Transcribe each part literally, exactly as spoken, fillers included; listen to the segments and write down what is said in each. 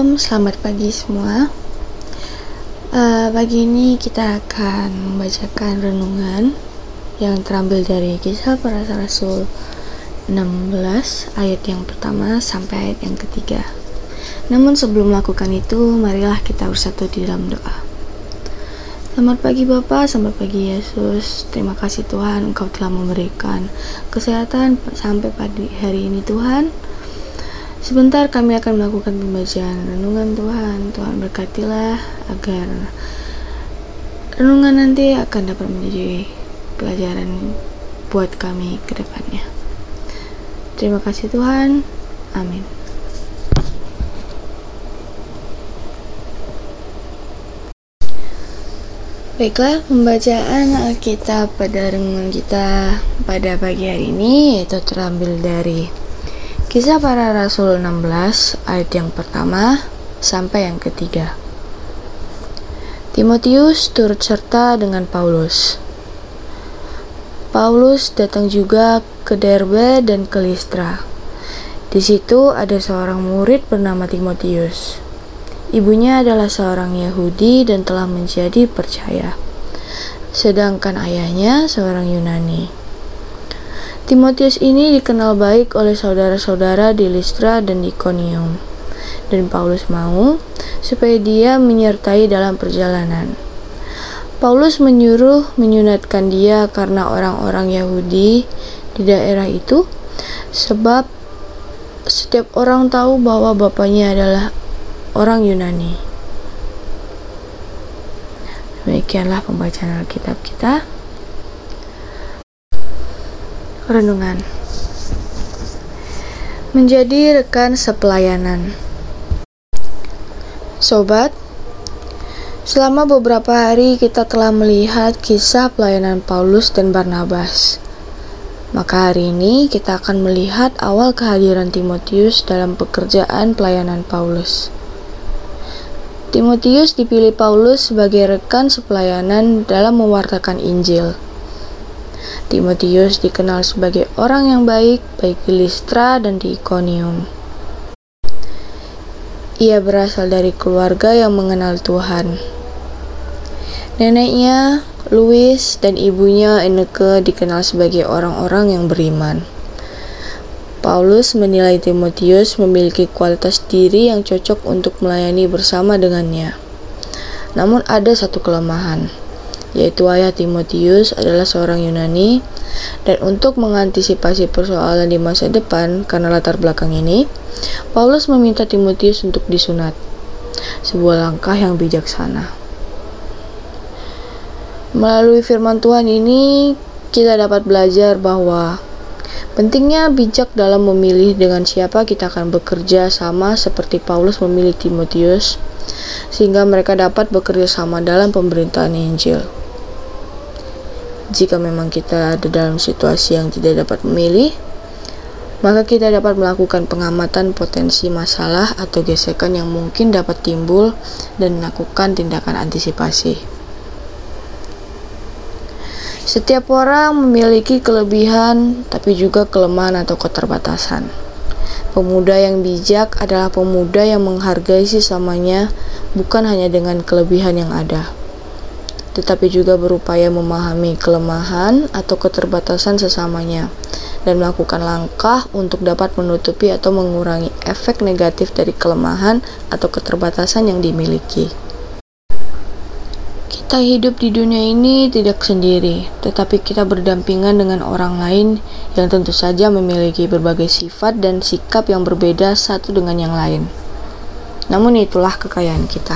Shalom, selamat pagi semua. Uh, pagi ini kita akan membacakan renungan yang terambil dari Kisah Para Rasul enam belas ayat yang pertama sampai ayat yang ketiga. Namun sebelum melakukan itu, marilah kita bersatu di dalam doa. Selamat pagi Bapa, selamat pagi Yesus. Terima kasih Tuhan, Engkau telah memberikan kesehatan sampai pagi hari ini Tuhan. Sebentar kami akan melakukan pembacaan renungan Tuhan. Tuhan berkatilah agar renungan nanti akan dapat menjadi pelajaran buat kami ke depannya. Terima kasih Tuhan. Amin. Baiklah, pembacaan Alkitab pada renungan kita pada pagi hari ini yaitu terambil dari Kisah Para Rasul enam belas ayat yang pertama sampai yang ketiga. Timotius turut serta dengan Paulus. Paulus datang juga ke Derbe dan ke Listra. Di situ ada seorang murid bernama Timotius. Ibunya adalah seorang Yahudi dan telah menjadi percaya, sedangkan ayahnya seorang Yunani. Timotius ini dikenal baik oleh saudara-saudara di Listra dan Ikonium, dan Paulus mau supaya dia menyertai dalam perjalanan. Paulus menyuruh menyunatkan dia karena orang-orang Yahudi di daerah itu, sebab setiap orang tahu bahwa bapaknya adalah orang Yunani. Demikianlah pembacaan Alkitab kita. Renungan. Menjadi rekan sepelayanan. Sobat, selama beberapa hari kita telah melihat kisah pelayanan Paulus dan Barnabas. Maka hari ini kita akan melihat awal kehadiran Timotius dalam pekerjaan pelayanan Paulus. Timotius dipilih Paulus sebagai rekan sepelayanan dalam mewartakan Injil. Timotius dikenal sebagai orang yang baik, baik di Listra dan di Ikonium. Ia berasal dari keluarga yang mengenal Tuhan. Neneknya, Louis, dan ibunya Eneke dikenal sebagai orang-orang yang beriman. Paulus menilai Timotius memiliki kualitas diri yang cocok untuk melayani bersama dengannya. Namun ada satu kelemahan, yaitu ayah Timotius adalah seorang Yunani, dan untuk mengantisipasi persoalan di masa depan karena latar belakang ini, Paulus meminta Timotius untuk disunat, sebuah langkah yang bijaksana. Melalui firman Tuhan ini, kita dapat belajar bahwa pentingnya bijak dalam memilih dengan siapa kita akan bekerja sama seperti Paulus memilih Timotius, sehingga mereka dapat bekerja sama dalam pemberitaan Injil. Jika memang kita ada dalam situasi yang tidak dapat memilih, maka kita dapat melakukan pengamatan potensi masalah atau gesekan yang mungkin dapat timbul dan melakukan tindakan antisipasi. Setiap orang memiliki kelebihan, tapi juga kelemahan atau keterbatasan. Pemuda yang bijak adalah pemuda yang menghargai sesamanya, bukan hanya dengan kelebihan yang ada, tetapi juga berupaya memahami kelemahan atau keterbatasan sesamanya dan melakukan langkah untuk dapat menutupi atau mengurangi efek negatif dari kelemahan atau keterbatasan yang dimiliki. Kita hidup di dunia ini tidak sendiri, tetapi kita berdampingan dengan orang lain yang tentu saja memiliki berbagai sifat dan sikap yang berbeda satu dengan yang lain. Namun itulah kekayaan kita.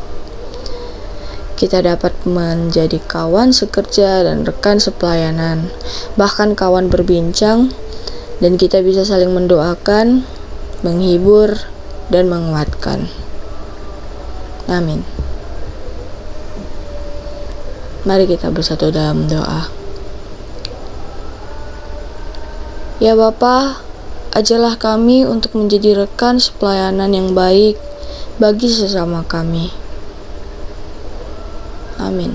Kita dapat menjadi kawan sekerja dan rekan sepelayanan, bahkan kawan berbincang, dan kita bisa saling mendoakan, menghibur, dan menguatkan. Amin. Mari kita bersatu dalam doa. Ya Bapa, ajarlah kami untuk menjadi rekan sepelayanan yang baik bagi sesama kami. Amin.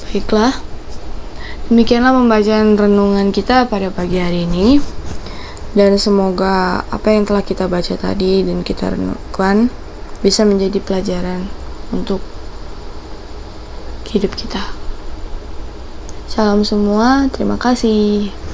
Baiklah, demikianlah pembacaan renungan kita pada pagi hari ini. Dan semoga apa yang telah kita baca tadi dan kita renungkan bisa menjadi pelajaran untuk hidup kita. Salam semua, terima kasih.